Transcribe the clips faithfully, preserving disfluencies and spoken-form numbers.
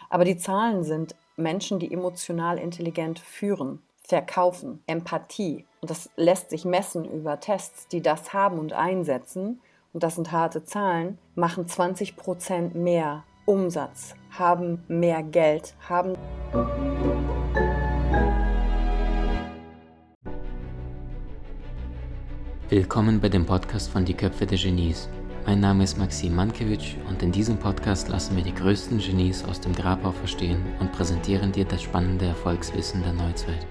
Aber die Zahlen sind Menschen, die emotional intelligent führen, verkaufen, Empathie. Und das lässt sich messen über Tests, die das haben und einsetzen. Und das sind harte Zahlen, machen zwanzig Prozent mehr Umsatz, haben mehr Geld, haben... Willkommen bei dem Podcast von Die Köpfe der Genies. Mein Name ist Maxim Mankewitsch und in diesem Podcast lassen wir die größten Genies aus dem Grabau verstehen und präsentieren dir das spannende Erfolgswissen der Neuzeit.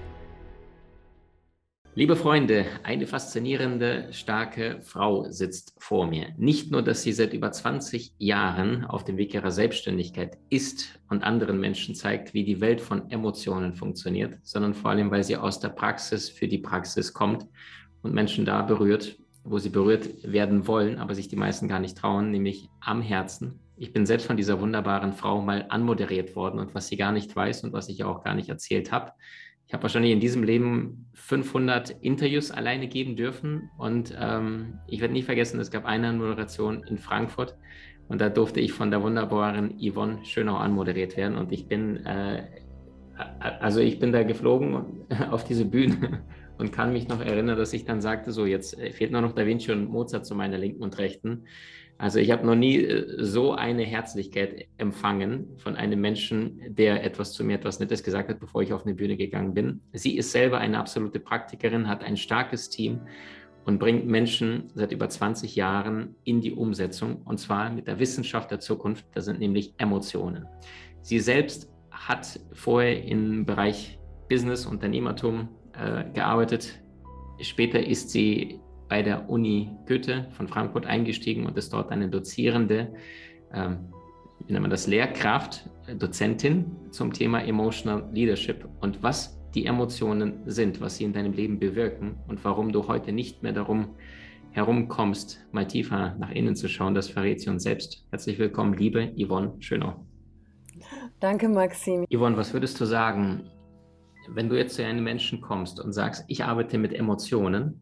Liebe Freunde, eine faszinierende, starke Frau sitzt vor mir. Nicht nur, dass sie seit über zwanzig Jahren auf dem Weg ihrer Selbstständigkeit ist und anderen Menschen zeigt, wie die Welt von Emotionen funktioniert, sondern vor allem, weil sie aus der Praxis für die Praxis kommt und Menschen da berührt, wo sie berührt werden wollen, aber sich die meisten gar nicht trauen, nämlich am Herzen. Ich bin selbst von dieser wunderbaren Frau mal anmoderiert worden und was sie gar nicht weiß und was ich auch gar nicht erzählt habe. Ich habe wahrscheinlich in diesem Leben fünfhundert Interviews alleine geben dürfen und ähm, ich werde nie vergessen, es gab eine Moderation in Frankfurt und da durfte ich von der wunderbaren Yvonne Schönau anmoderiert werden und ich bin, äh, also ich bin da geflogen auf diese Bühne und kann mich noch erinnern, dass ich dann sagte, so jetzt fehlt nur noch Da Vinci und Mozart zu meiner Linken und Rechten. Also ich habe noch nie so eine Herzlichkeit empfangen von einem Menschen, der etwas zu mir, etwas Nettes gesagt hat, bevor ich auf eine Bühne gegangen bin. Sie ist selber eine absolute Praktikerin, hat ein starkes Team und bringt Menschen seit über zwanzig Jahren in die Umsetzung und zwar mit der Wissenschaft der Zukunft, das sind nämlich Emotionen. Sie selbst hat vorher im Bereich Business, Unternehmertum äh, gearbeitet. Später ist sie bei der Uni Goethe von Frankfurt eingestiegen und ist dort eine Dozierende, ähm, wie nennt man das, Lehrkraft, Dozentin zum Thema Emotional Leadership und was die Emotionen sind, was sie in deinem Leben bewirken und warum du heute nicht mehr darum herumkommst, mal tiefer nach innen zu schauen, das verrät sie uns selbst. Herzlich willkommen, liebe Yvonne Schönau. Danke, Maxim. Yvonne, was würdest du sagen, wenn du jetzt zu einem Menschen kommst und sagst, ich arbeite mit Emotionen,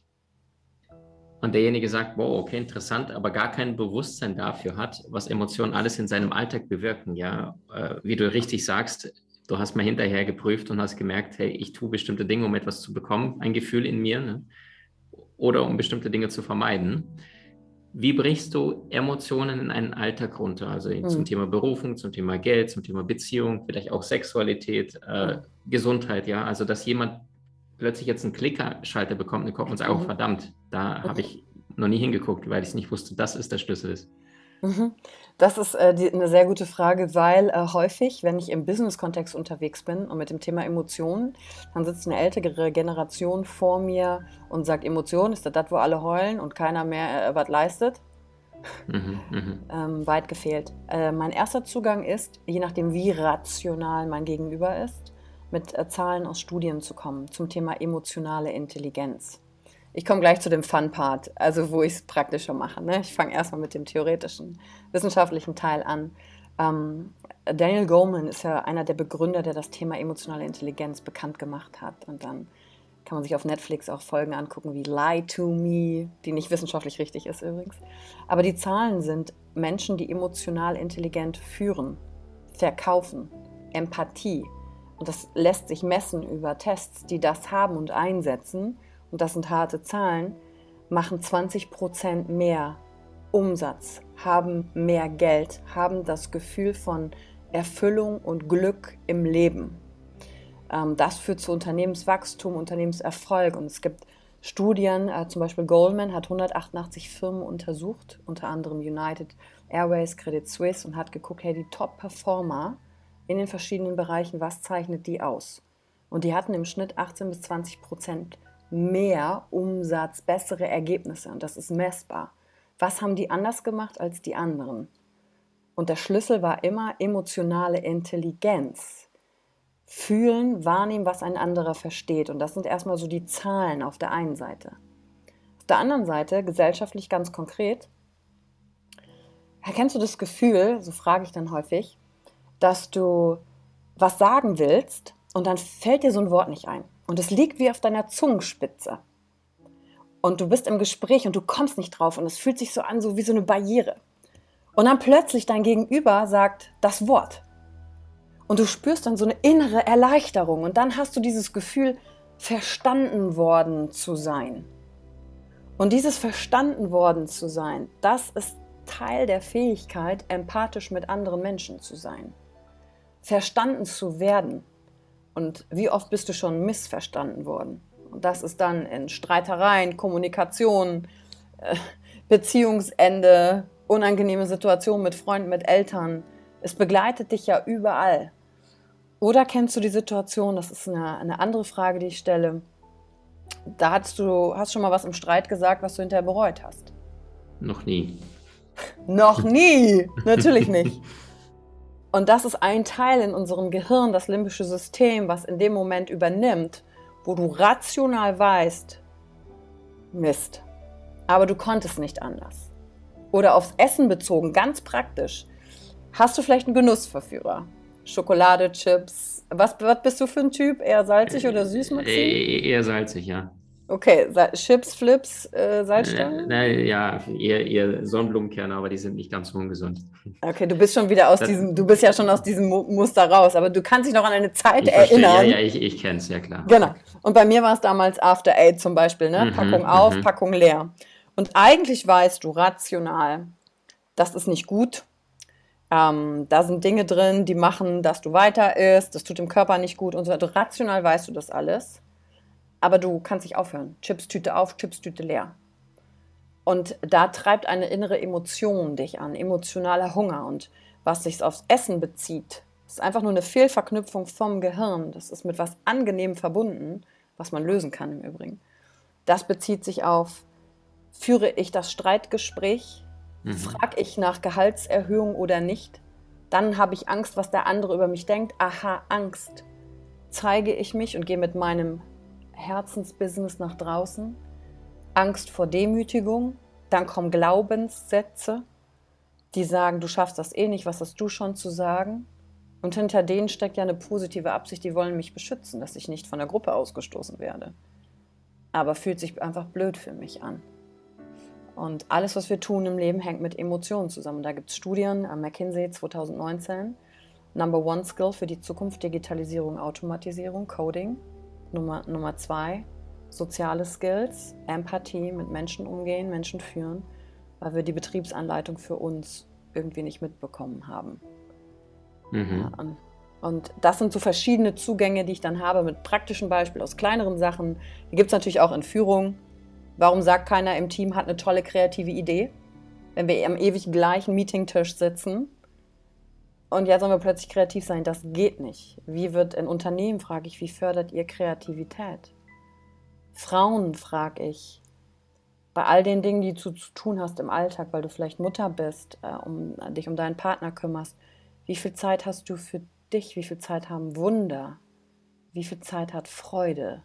und derjenige sagt, wow, okay, interessant, aber gar kein Bewusstsein dafür hat, was Emotionen alles in seinem Alltag bewirken, ja, äh, wie du richtig sagst, du hast mal hinterher geprüft und hast gemerkt, hey, ich tue bestimmte Dinge, um etwas zu bekommen, ein Gefühl in mir, ne? Oder um bestimmte Dinge zu vermeiden. Wie brichst du Emotionen in einen Alltag runter? Also hm. zum Thema Berufung, zum Thema Geld, zum Thema Beziehung, vielleicht auch Sexualität, äh, hm. Gesundheit, ja, also dass jemand plötzlich jetzt einen Klickerschalter bekommt und kommt und sagt, mhm. oh verdammt, da mhm. habe ich noch nie hingeguckt, weil ich nicht wusste, dass es der Schlüssel ist. Mhm. Das ist äh, die, eine sehr gute Frage, weil äh, häufig, wenn ich im Business-Kontext unterwegs bin und mit dem Thema Emotionen, dann sitzt eine ältere Generation vor mir und sagt, Emotionen, ist das das, wo alle heulen und keiner mehr äh, was leistet? Mhm, ähm, weit gefehlt. Äh, mein erster Zugang ist, je nachdem wie rational mein Gegenüber ist, mit äh, Zahlen aus Studien zu kommen zum Thema emotionale Intelligenz. Ich komme gleich zu dem Fun-Part, also wo ich es praktischer mache. Ne? Ich fange erstmal mit dem theoretischen, wissenschaftlichen Teil an. Ähm, Daniel Goleman ist ja einer der Begründer, der das Thema emotionale Intelligenz bekannt gemacht hat. Und dann kann man sich auf Netflix auch Folgen angucken wie Lie to Me, die nicht wissenschaftlich richtig ist übrigens. Aber die Zahlen sind Menschen, die emotional intelligent führen, verkaufen, Empathie. Und das lässt sich messen über Tests, die das haben und einsetzen. Und das sind harte Zahlen, machen zwanzig Prozent mehr Umsatz, haben mehr Geld, haben das Gefühl von Erfüllung und Glück im Leben. Das führt zu Unternehmenswachstum, Unternehmenserfolg. Und es gibt Studien, zum Beispiel Goldman hat hundertachtundachtzig Firmen untersucht, unter anderem United Airways, Credit Suisse, und hat geguckt, hey, die Top-Performer in den verschiedenen Bereichen, was zeichnet die aus? Und die hatten im Schnitt achtzehn bis zwanzig Prozent mehr Umsatz, bessere Ergebnisse. Und das ist messbar. Was haben die anders gemacht als die anderen? Und der Schlüssel war immer emotionale Intelligenz. Fühlen, wahrnehmen, was ein anderer versteht. Und das sind erstmal so die Zahlen auf der einen Seite. Auf der anderen Seite, gesellschaftlich ganz konkret, kennst du das Gefühl, so frage ich dann häufig, dass du was sagen willst und dann fällt dir so ein Wort nicht ein. Und es liegt wie auf deiner Zungenspitze. Und du bist im Gespräch und du kommst nicht drauf und es fühlt sich so an, so wie so eine Barriere. Und dann plötzlich dein Gegenüber sagt das Wort. Und du spürst dann so eine innere Erleichterung und dann hast du dieses Gefühl, verstanden worden zu sein. Und dieses verstanden worden zu sein, das ist Teil der Fähigkeit, empathisch mit anderen Menschen zu sein. Verstanden zu werden. Und wie oft bist du schon missverstanden worden? Und das ist dann in Streitereien, Kommunikation, Beziehungsende, unangenehme Situationen mit Freunden, mit Eltern. Es begleitet dich ja überall. Oder kennst du die Situation, das ist eine, eine andere Frage, die ich stelle, da hast du hast schon mal was im Streit gesagt, was du hinterher bereut hast? Noch nie. Noch nie, natürlich nicht. Und das ist ein Teil in unserem Gehirn, das limbische System, was in dem Moment übernimmt, wo du rational weißt, Mist, aber du konntest nicht anders. Oder aufs Essen bezogen, ganz praktisch. Hast du vielleicht einen Genussverführer? Schokolade, Chips. Was, was bist du für ein Typ? Eher salzig oder süß, Maxim? Äh, eher salzig, ja. Okay, Sa- Chips, Flips, äh, Salzstangen? Äh, ja, eher, eher Sonnenblumenkerne, aber die sind nicht ganz so ungesund. Okay, du bist schon wieder aus Das, diesem, du bist ja schon aus diesem Mu- Muster raus, aber du kannst dich noch an eine Zeit ich verstehe, ja, erinnern. ja, ich, ich kenne es, ja klar. Genau. Und bei mir war es damals After Eight zum Beispiel, ne? Mhm, Packung auf, mhm. Packung leer. Und eigentlich weißt du rational, das ist nicht gut. Ähm, da sind Dinge drin, die machen, dass du weiter isst, das tut dem Körper nicht gut und so weiter. Rational weißt du das alles, aber du kannst nicht aufhören. Chipstüte auf, Chipstüte leer. Und da treibt eine innere Emotion dich an, emotionaler Hunger. Und was sich aufs Essen bezieht, ist einfach nur eine Fehlverknüpfung vom Gehirn. Das ist mit was Angenehmem verbunden, was man lösen kann im Übrigen. Das bezieht sich auf, führe ich das Streitgespräch, Mhm. frage ich nach Gehaltserhöhung oder nicht, dann habe ich Angst, was der andere über mich denkt. Aha, Angst. Zeige ich mich und gehe mit meinem Herzensbusiness nach draußen. Angst vor Demütigung, dann kommen Glaubenssätze, die sagen, du schaffst das eh nicht, was hast du schon zu sagen? Und hinter denen steckt ja eine positive Absicht, die wollen mich beschützen, dass ich nicht von der Gruppe ausgestoßen werde. Aber fühlt sich einfach blöd für mich an. Und alles, was wir tun im Leben, hängt mit Emotionen zusammen. Da gibt es Studien, äh, McKinsey zwanzig neunzehn, Number One Skill für die Zukunft, Digitalisierung, Automatisierung, Coding. Nummer, Nummer zwei, soziale Skills, Empathie, mit Menschen umgehen, Menschen führen, weil wir die Betriebsanleitung für uns irgendwie nicht mitbekommen haben. Mhm. Ja, und, und das sind so verschiedene Zugänge, die ich dann habe mit praktischen Beispielen aus kleineren Sachen. Die gibt es natürlich auch in Führung. Warum sagt keiner im Team, hat eine tolle kreative Idee, wenn wir am ewig gleichen Meetingtisch sitzen? Und jetzt sollen wir plötzlich kreativ sein. Das geht nicht. Wie wird in Unternehmen, frage ich, wie fördert ihr Kreativität? Frauen, frage ich, bei all den Dingen, die du zu tun hast im Alltag, weil du vielleicht Mutter bist, äh, um, dich um deinen Partner kümmerst, wie viel Zeit hast du für dich? Wie viel Zeit haben Wunder? Wie viel Zeit hat Freude?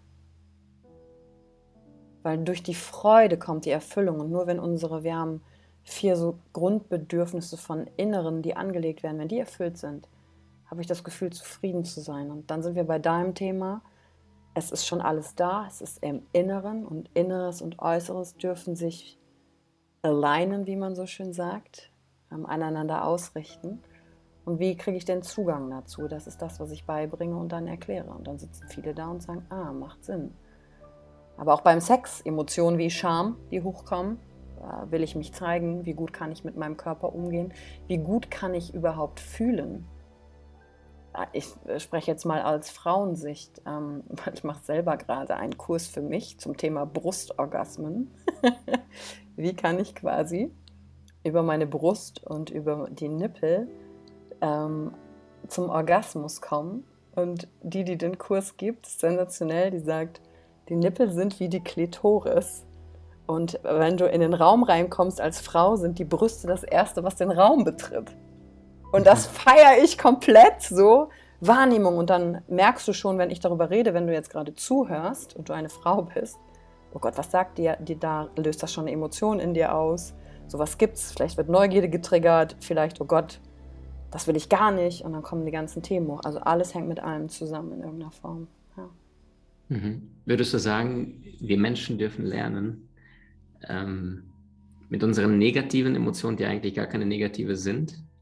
Weil durch die Freude kommt die Erfüllung. Und nur wenn unsere, wir haben vier so Grundbedürfnisse von Inneren, die angelegt werden, wenn die erfüllt sind, habe ich das Gefühl, zufrieden zu sein. Und dann sind wir bei deinem Thema. Es ist schon alles da, es ist im Inneren und Inneres und Äußeres dürfen sich alignen, wie man so schön sagt, aneinander ausrichten. Und wie kriege ich den Zugang dazu? Das ist das, was ich beibringe und dann erkläre. Und dann sitzen viele da und sagen, ah, macht Sinn. Aber auch beim Sex, Emotionen wie Scham, die hochkommen, äh, will ich mich zeigen, wie gut kann ich mit meinem Körper umgehen, wie gut kann ich überhaupt fühlen. Ich spreche jetzt mal als Frauensicht, ähm, weil ich mache selber gerade einen Kurs für mich zum Thema Brustorgasmen. Wie kann ich quasi über meine Brust und über die Nippel ähm, zum Orgasmus kommen? Und die, die den Kurs gibt, ist sensationell, die sagt, die Nippel sind wie die Klitoris. Und wenn du in den Raum reinkommst als Frau, sind die Brüste das Erste, was den Raum betritt. Und das feiere ich komplett so. Wahrnehmung. Und dann merkst du schon, wenn ich darüber rede, wenn du jetzt gerade zuhörst und du eine Frau bist, oh Gott, was sagt dir, dir da? Löst das schon eine Emotion in dir aus? Sowas gibt's. Vielleicht wird Neugierde getriggert. Vielleicht, oh Gott, das will ich gar nicht. Und dann kommen die ganzen Themen hoch. Also alles hängt mit allem zusammen in irgendeiner Form. Ja. Mhm. Würdest du sagen, wir Menschen dürfen lernen, ähm, mit unseren negativen Emotionen, die eigentlich gar keine negative sind,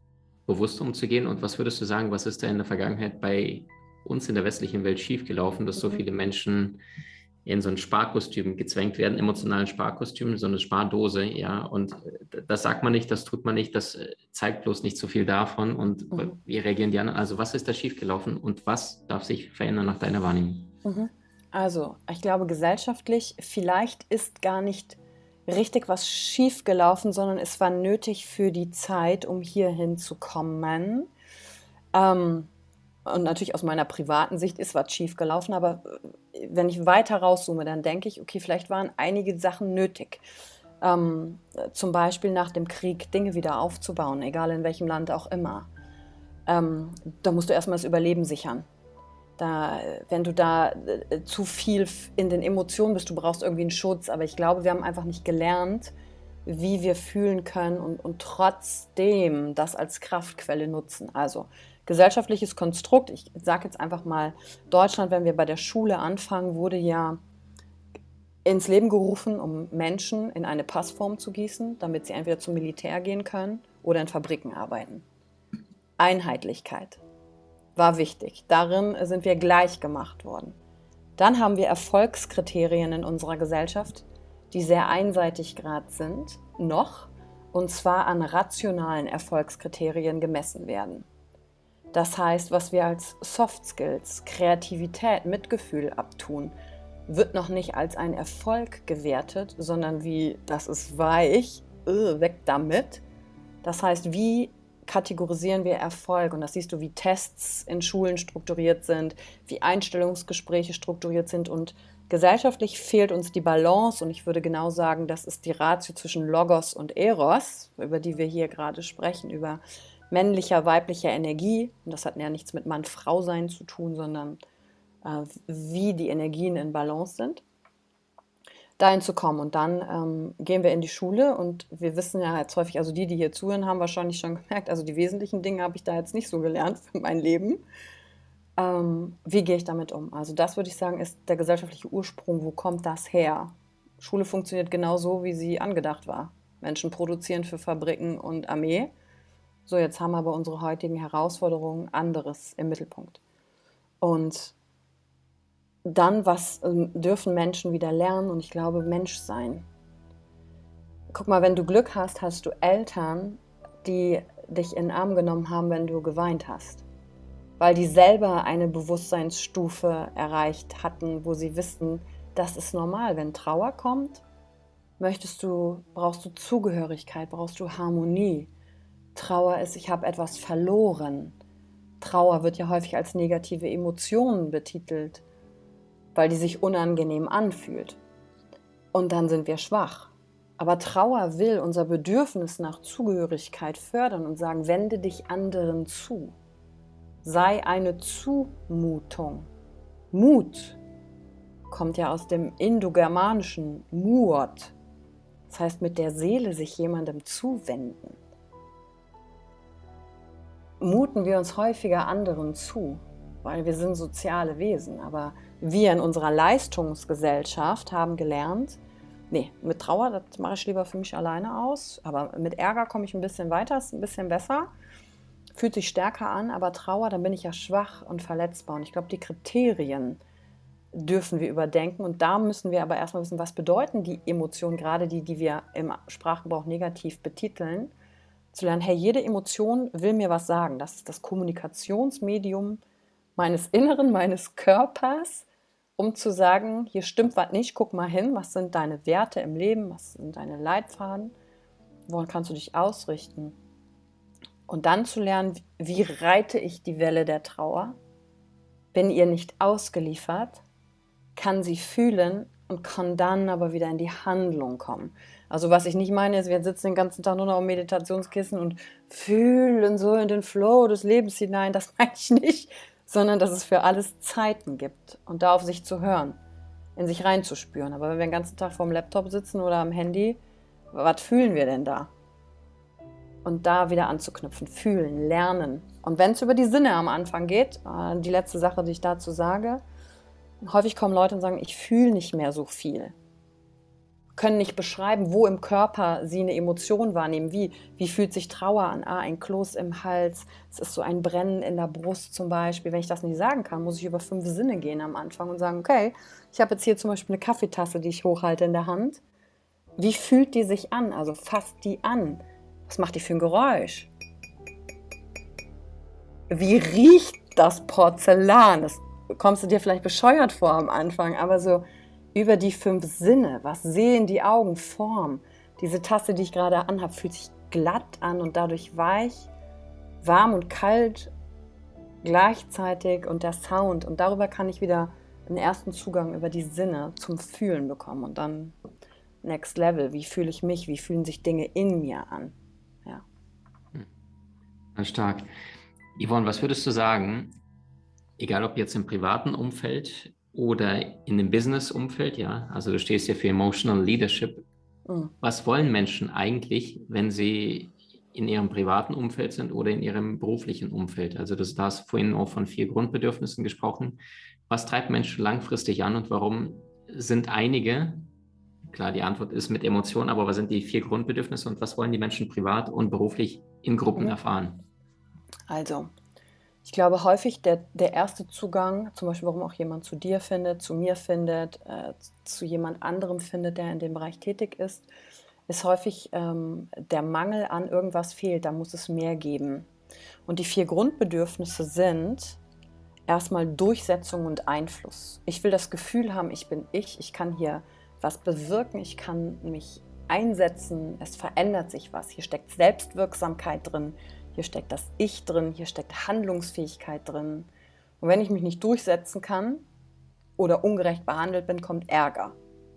bewusst umzugehen? Und was würdest du sagen, was ist da in der Vergangenheit bei uns in der westlichen Welt schiefgelaufen, dass so Mhm. viele Menschen in so ein Sparkostüm gezwängt werden, emotionalen Sparkostüm, so eine Spardose, ja, und das sagt man nicht, das tut man nicht, das zeigt bloß nicht so viel davon und Mhm. wie reagieren die anderen? Also was ist da schiefgelaufen und was darf sich verändern nach deiner Wahrnehmung? Mhm. Also, ich glaube, gesellschaftlich, vielleicht ist gar nicht richtig was schiefgelaufen, sondern es war nötig für die Zeit, um hierhin zu kommen. Ähm, und natürlich aus meiner privaten Sicht ist was schiefgelaufen, aber äh, wenn ich weiter rauszoome, dann denke ich, okay, vielleicht waren einige Sachen nötig. Ähm, zum Beispiel nach dem Krieg Dinge wieder aufzubauen, egal in welchem Land auch immer. Ähm, da musst du erstmal das Überleben sichern. Da, wenn du da äh, zu viel in den Emotionen bist, du brauchst irgendwie einen Schutz. Aber ich glaube, wir haben einfach nicht gelernt, wie wir fühlen können und, und trotzdem das als Kraftquelle nutzen. Also gesellschaftliches Konstrukt, ich sage jetzt einfach mal, Deutschland, wenn wir bei der Schule anfangen, wurde ja ins Leben gerufen, um Menschen in eine Passform zu gießen, damit sie entweder zum Militär gehen können oder in Fabriken arbeiten. Einheitlichkeit war wichtig. Darin sind wir gleich gemacht worden. Dann haben wir Erfolgskriterien in unserer Gesellschaft, die sehr einseitig gerade sind, noch, und zwar an rationalen Erfolgskriterien gemessen werden. Das heißt, was wir als Soft Skills, Kreativität, Mitgefühl abtun, wird noch nicht als ein Erfolg gewertet, sondern wie, das ist weich, äh, weg damit. Das heißt, wie kategorisieren wir Erfolg? Und das siehst du, wie Tests in Schulen strukturiert sind, wie Einstellungsgespräche strukturiert sind. Und gesellschaftlich fehlt uns die Balance. Und ich würde genau sagen, das ist die Ratio zwischen Logos und Eros, über die wir hier gerade sprechen, über männlicher, weiblicher Energie. Und das hat ja nichts mit Mann-Frau-Sein zu tun, sondern äh, wie die Energien in Balance sind, dahin zu kommen. Und dann ähm, gehen wir in die Schule und wir wissen ja jetzt häufig, also die, die hier zuhören, haben wahrscheinlich schon gemerkt, also die wesentlichen Dinge habe ich da jetzt nicht so gelernt für mein Leben. Ähm, wie gehe ich damit um? Also das würde ich sagen, ist der gesellschaftliche Ursprung. Wo kommt das her? Schule funktioniert genau so, wie sie angedacht war. Menschen produzieren für Fabriken und Armee. So, jetzt haben aber unsere heutigen Herausforderungen anderes im Mittelpunkt. Und dann, was ähm, dürfen Menschen wieder lernen? Und ich glaube, Menschsein. Guck mal, wenn du Glück hast, hast du Eltern, die dich in den Arm genommen haben, wenn du geweint hast. Weil die selber eine Bewusstseinsstufe erreicht hatten, wo sie wissen, das ist normal. Wenn Trauer kommt, möchtest du, brauchst du Zugehörigkeit, brauchst du Harmonie. Trauer ist, ich habe etwas verloren. Trauer wird ja häufig als negative Emotion betitelt, weil die sich unangenehm anfühlt. Und dann sind wir schwach. Aber Trauer will unser Bedürfnis nach Zugehörigkeit fördern und sagen, wende dich anderen zu. Sei eine Zumutung. Mut kommt ja aus dem indogermanischen Muot. Das heißt, mit der Seele sich jemandem zuwenden. Muten wir uns häufiger anderen zu, weil wir sind soziale Wesen. Aber wir in unserer Leistungsgesellschaft haben gelernt, nee, mit Trauer, das mache ich lieber für mich alleine aus. Aber mit Ärger komme ich ein bisschen weiter, ist ein bisschen besser. Fühlt sich stärker an, aber Trauer, dann bin ich ja schwach und verletzbar. Und ich glaube, die Kriterien dürfen wir überdenken. Und da müssen wir aber erstmal wissen, was bedeuten die Emotionen, gerade die, die wir im Sprachgebrauch negativ betiteln. Zu lernen, hey, jede Emotion will mir was sagen. Das ist das Kommunikationsmedium meines Inneren, meines Körpers, um zu sagen, hier stimmt was nicht, guck mal hin, was sind deine Werte im Leben, was sind deine Leitfaden, woran kannst du dich ausrichten? Und dann zu lernen, wie reite ich die Welle der Trauer? Bin ihr nicht ausgeliefert, kann sie fühlen und kann dann aber wieder in die Handlung kommen. Also was ich nicht meine, ist, wir sitzen den ganzen Tag nur noch am Meditationskissen und fühlen so in den Flow des Lebens hinein. Das meine ich nicht, sondern dass es für alles Zeiten gibt und da auf sich zu hören, in sich reinzuspüren. Aber wenn wir den ganzen Tag vorm Laptop sitzen oder am Handy, was fühlen wir denn da? Und da wieder anzuknüpfen, fühlen, lernen. Und wenn es über die Sinne am Anfang geht, die letzte Sache, die ich dazu sage, häufig kommen Leute und sagen, ich fühle nicht mehr so viel. können nicht beschreiben, wo im Körper sie eine Emotion wahrnehmen. Wie, wie fühlt sich Trauer an? Ah, ein Kloß im Hals, es ist so ein Brennen in der Brust zum Beispiel. Wenn ich das nicht sagen kann, muss ich über fünf Sinne gehen am Anfang und sagen, okay, ich habe jetzt hier zum Beispiel eine Kaffeetasse, die ich hochhalte in der Hand. Wie fühlt die sich an? Also fasst die an. Was macht die für ein Geräusch? Wie riecht das Porzellan? Das kommst du dir vielleicht bescheuert vor am Anfang, aber so über die fünf Sinne. Was sehen die Augen? Form. Diese Tasse, die ich gerade anhabe, fühlt sich glatt an und dadurch weich, warm und kalt gleichzeitig und der Sound. Und darüber kann ich wieder einen ersten Zugang über die Sinne zum Fühlen bekommen. Und dann Next Level. Wie fühle ich mich? Wie fühlen sich Dinge in mir an? Ja. Ganz stark. Yvonne, was würdest du sagen, egal ob jetzt im privaten Umfeld oder in dem Business-Umfeld, ja, also du stehst ja für Emotional Leadership, mhm. Was wollen Menschen eigentlich, wenn sie in ihrem privaten Umfeld sind oder in ihrem beruflichen Umfeld? Also du hast vorhin auch von vier Grundbedürfnissen gesprochen. Was treibt Menschen langfristig an und warum sind einige, klar, die Antwort ist mit Emotionen, aber was sind die vier Grundbedürfnisse und was wollen die Menschen privat und beruflich in Gruppen mhm. erfahren? Also, ich glaube häufig der, der erste Zugang, zum Beispiel warum auch jemand zu dir findet, zu mir findet, äh, zu jemand anderem findet, der in dem Bereich tätig ist, ist häufig ähm, der Mangel an irgendwas fehlt, da muss es mehr geben. Und die vier Grundbedürfnisse sind erstmal Durchsetzung und Einfluss. Ich will das Gefühl haben, ich bin ich, ich kann hier was bewirken, ich kann mich einsetzen, es verändert sich was. Hier steckt Selbstwirksamkeit drin, hier steckt das Ich drin, hier steckt Handlungsfähigkeit drin. Und wenn ich mich nicht durchsetzen kann oder ungerecht behandelt bin, kommt Ärger.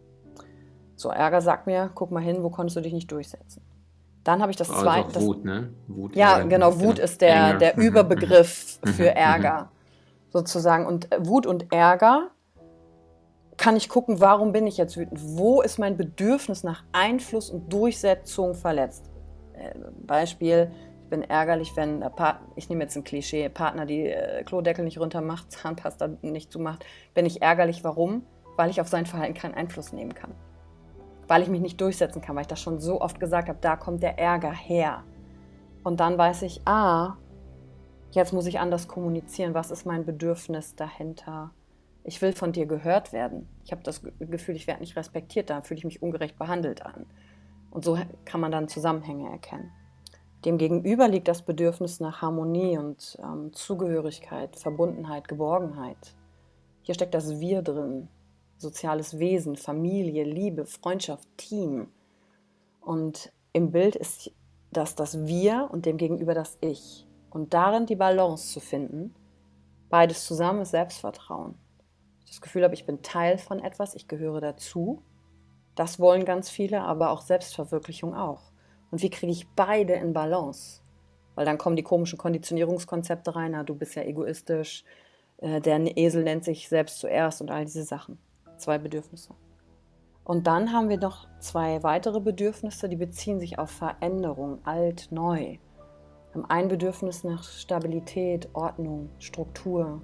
So, Ärger sagt mir, guck mal hin, wo konntest du dich nicht durchsetzen? Dann habe ich das also zweite. Auch das, Wut, ne? Wut, ja, genau, Wut ist der, der Überbegriff mhm. für Ärger, sozusagen. Und Wut und Ärger kann ich gucken, warum bin ich jetzt wütend? Wo ist mein Bedürfnis nach Einfluss und Durchsetzung verletzt? Beispiel, ich bin ärgerlich, wenn, ich nehme jetzt ein Klischee, Partner die Klodeckel nicht runter macht, Zahnpasta nicht zumacht, bin ich ärgerlich. Warum? Weil ich auf sein Verhalten keinen Einfluss nehmen kann. Weil ich mich nicht durchsetzen kann, weil ich das schon so oft gesagt habe, da kommt der Ärger her. Und dann weiß ich, ah, jetzt muss ich anders kommunizieren. Was ist mein Bedürfnis dahinter? Ich will von dir gehört werden. Ich habe das Gefühl, ich werde nicht respektiert, da fühle ich mich ungerecht behandelt an. Und so kann man dann Zusammenhänge erkennen. Demgegenüber liegt das Bedürfnis nach Harmonie und ähm, Zugehörigkeit, Verbundenheit, Geborgenheit. Hier steckt das Wir drin. Soziales Wesen, Familie, Liebe, Freundschaft, Team. Und im Bild ist das das Wir und demgegenüber das Ich. Und darin die Balance zu finden, beides zusammen ist Selbstvertrauen. Ich das Gefühl habe, ich bin Teil von etwas, ich gehöre dazu. Das wollen ganz viele, aber auch Selbstverwirklichung auch. Und wie kriege ich beide in Balance? Weil dann kommen die komischen Konditionierungskonzepte rein, na, du bist ja egoistisch, äh, der Esel nennt sich selbst zuerst und all diese Sachen. Zwei Bedürfnisse. Und dann haben wir noch zwei weitere Bedürfnisse, die beziehen sich auf Veränderung, alt, neu. Wir haben ein Bedürfnis nach Stabilität, Ordnung, Struktur,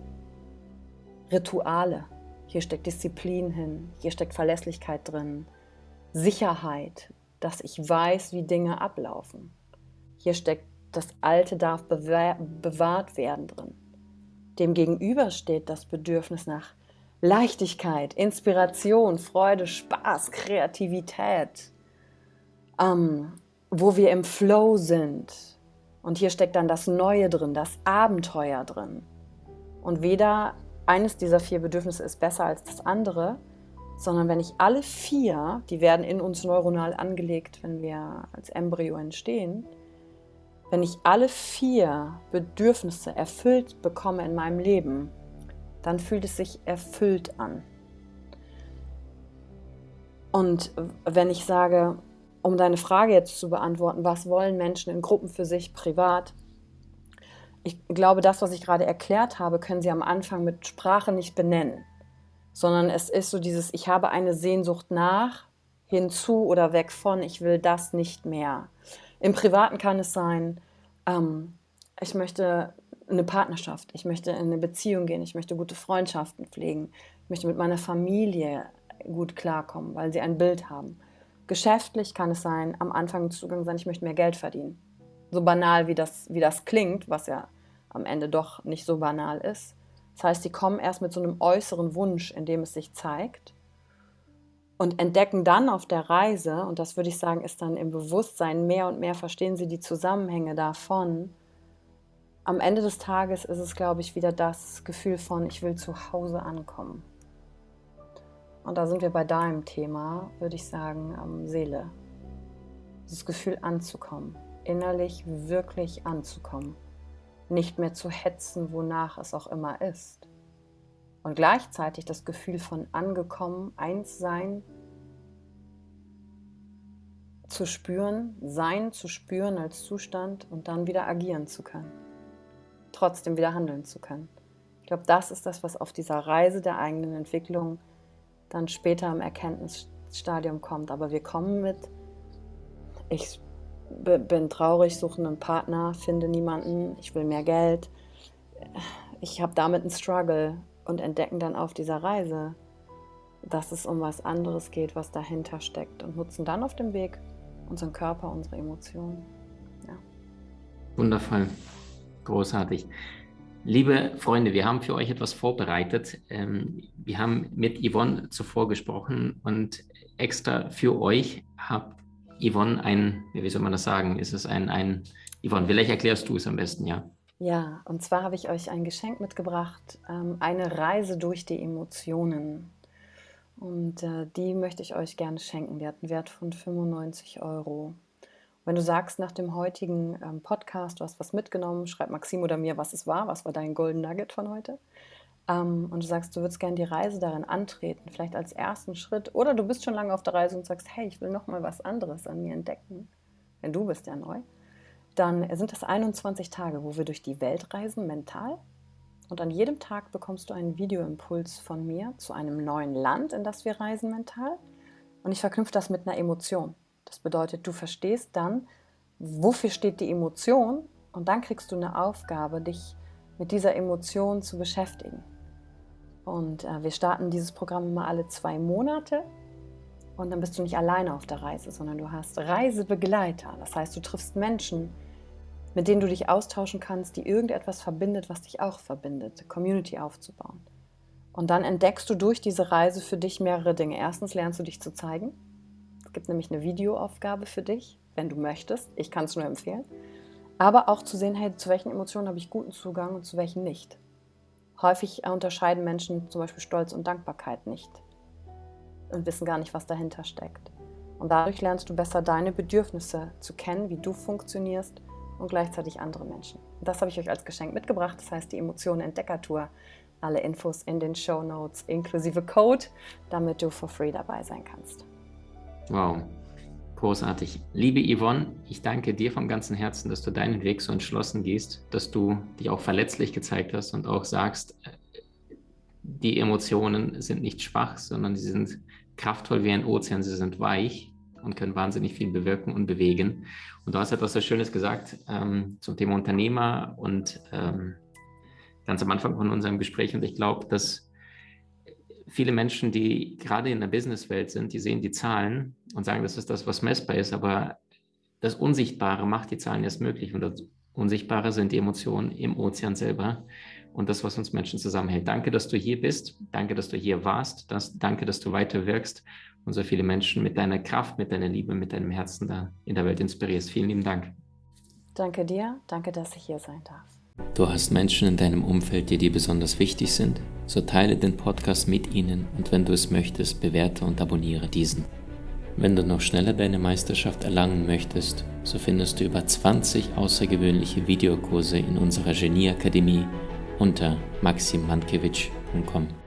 Rituale. Hier steckt Disziplin hin, hier steckt Verlässlichkeit drin, Sicherheit, dass ich weiß, wie Dinge ablaufen. Hier steckt das Alte darf bewahr- bewahrt werden drin. Demgegenüber steht das Bedürfnis nach Leichtigkeit, Inspiration, Freude, Spaß, Kreativität, ähm, wo wir im Flow sind. Und hier steckt dann das Neue drin, das Abenteuer drin. Und weder eines dieser vier Bedürfnisse ist besser als das andere, sondern wenn ich alle vier, die werden in uns neuronal angelegt, wenn wir als Embryo entstehen, wenn ich alle vier Bedürfnisse erfüllt bekomme in meinem Leben, dann fühlt es sich erfüllt an. Und wenn ich sage, um deine Frage jetzt zu beantworten, was wollen Menschen in Gruppen für sich privat? Ich glaube, das, was ich gerade erklärt habe, können sie am Anfang mit Sprache nicht benennen, sondern es ist so dieses, ich habe eine Sehnsucht nach, hinzu oder weg von, ich will das nicht mehr. Im Privaten kann es sein, ähm, ich möchte eine Partnerschaft, ich möchte in eine Beziehung gehen, ich möchte gute Freundschaften pflegen, ich möchte mit meiner Familie gut klarkommen, weil sie ein Bild haben. Geschäftlich kann es sein, am Anfang Zugang sein, ich möchte mehr Geld verdienen. So banal, wie das, wie das klingt, was ja am Ende doch nicht so banal ist. Das heißt, die kommen erst mit so einem äußeren Wunsch, in dem es sich zeigt, und entdecken dann auf der Reise, und das würde ich sagen, ist dann im Bewusstsein, mehr und mehr verstehen sie die Zusammenhänge davon. Am Ende des Tages ist es, glaube ich, wieder das Gefühl von, ich will zu Hause ankommen. Und da sind wir bei deinem Thema, würde ich sagen, ähm, Seele. Das Gefühl anzukommen, innerlich wirklich anzukommen. Nicht mehr zu hetzen, wonach es auch immer ist. Und gleichzeitig das Gefühl von angekommen, eins sein, zu spüren, sein zu spüren als Zustand und dann wieder agieren zu können. Trotzdem wieder handeln zu können. Ich glaube, das ist das, was auf dieser Reise der eigenen Entwicklung dann später im Erkenntnisstadium kommt. Aber wir kommen mit, ich bin traurig, suche einen Partner, finde niemanden, ich will mehr Geld. Ich habe damit einen Struggle und entdecken dann auf dieser Reise, dass es um was anderes geht, was dahinter steckt, und nutzen dann auf dem Weg unseren Körper, unsere Emotionen. Ja. Wundervoll, großartig. Liebe Freunde, wir haben für euch etwas vorbereitet. Wir haben mit Yvonne zuvor gesprochen und extra für euch hat Yvonne ein, wie soll man das sagen, ist es ein, ein Yvonne, vielleicht erklärst du es am besten, ja? Ja, und zwar habe ich euch ein Geschenk mitgebracht, eine Reise durch die Emotionen. Und äh, die möchte ich euch gerne schenken. Die hat einen Wert von fünfundneunzig Euro. Wenn du sagst nach dem heutigen ähm, Podcast, du hast was mitgenommen, schreib Maxim oder mir, was es war, was war dein Golden Nugget von heute. Ähm, und du sagst, du würdest gerne die Reise darin antreten, vielleicht als ersten Schritt. Oder du bist schon lange auf der Reise und sagst, hey, ich will noch mal was anderes an mir entdecken. Denn du bist ja neu. Dann sind das einundzwanzig Tage, wo wir durch die Welt reisen, mental. Und an jedem Tag bekommst du einen Videoimpuls von mir zu einem neuen Land, in das wir reisen mental. Und ich verknüpfe das mit einer Emotion. Das bedeutet, du verstehst dann, wofür steht die Emotion, und dann kriegst du eine Aufgabe, dich mit dieser Emotion zu beschäftigen. Und äh, wir starten dieses Programm immer alle zwei Monate. Und dann bist du nicht alleine auf der Reise, sondern du hast Reisebegleiter. Das heißt, du triffst Menschen, mit denen du dich austauschen kannst, die irgendetwas verbindet, was dich auch verbindet, Community aufzubauen. Und dann entdeckst du durch diese Reise für dich mehrere Dinge. Erstens lernst du dich zu zeigen. Es gibt nämlich eine Videoaufgabe für dich, wenn du möchtest. Ich kann es nur empfehlen. Aber auch zu sehen, hey, zu welchen Emotionen habe ich guten Zugang und zu welchen nicht. Häufig unterscheiden Menschen zum Beispiel Stolz und Dankbarkeit nicht und wissen gar nicht, was dahinter steckt. Und dadurch lernst du besser deine Bedürfnisse zu kennen, wie du funktionierst, und gleichzeitig andere Menschen. Und das habe ich euch als Geschenk mitgebracht. Das heißt die Emotionen-Entdecker-Tour. Alle Infos in den Shownotes inklusive Code, damit du for free dabei sein kannst. Wow, großartig. Liebe Yvonne, ich danke dir vom ganzen Herzen, dass du deinen Weg so entschlossen gehst, dass du dich auch verletzlich gezeigt hast und auch sagst, die Emotionen sind nicht schwach, sondern sie sind kraftvoll wie ein Ozean, sie sind weich und können wahnsinnig viel bewirken und bewegen. Und du hast etwas sehr Schönes gesagt ähm, zum Thema Unternehmer und ähm, ganz am Anfang von unserem Gespräch. Und ich glaube, dass viele Menschen, die gerade in der Businesswelt sind, die sehen die Zahlen und sagen, das ist das, was messbar ist. Aber das Unsichtbare macht die Zahlen erst möglich. Und das Unsichtbare sind die Emotionen im Ozean selber und das, was uns Menschen zusammenhält. Danke, dass du hier bist. Danke, dass du hier warst. Das, danke, dass du weiter wirkst und so viele Menschen mit deiner Kraft, mit deiner Liebe, mit deinem Herzen da in der Welt inspirierst. Vielen lieben Dank. Danke dir. Danke, dass ich hier sein darf. Du hast Menschen in deinem Umfeld, die dir besonders wichtig sind? So teile den Podcast mit ihnen und wenn du es möchtest, bewerte und abonniere diesen. Wenn du noch schneller deine Meisterschaft erlangen möchtest, so findest du über zwanzig außergewöhnliche Videokurse in unserer Genieakademie unter maxim mankiewicz punkt com.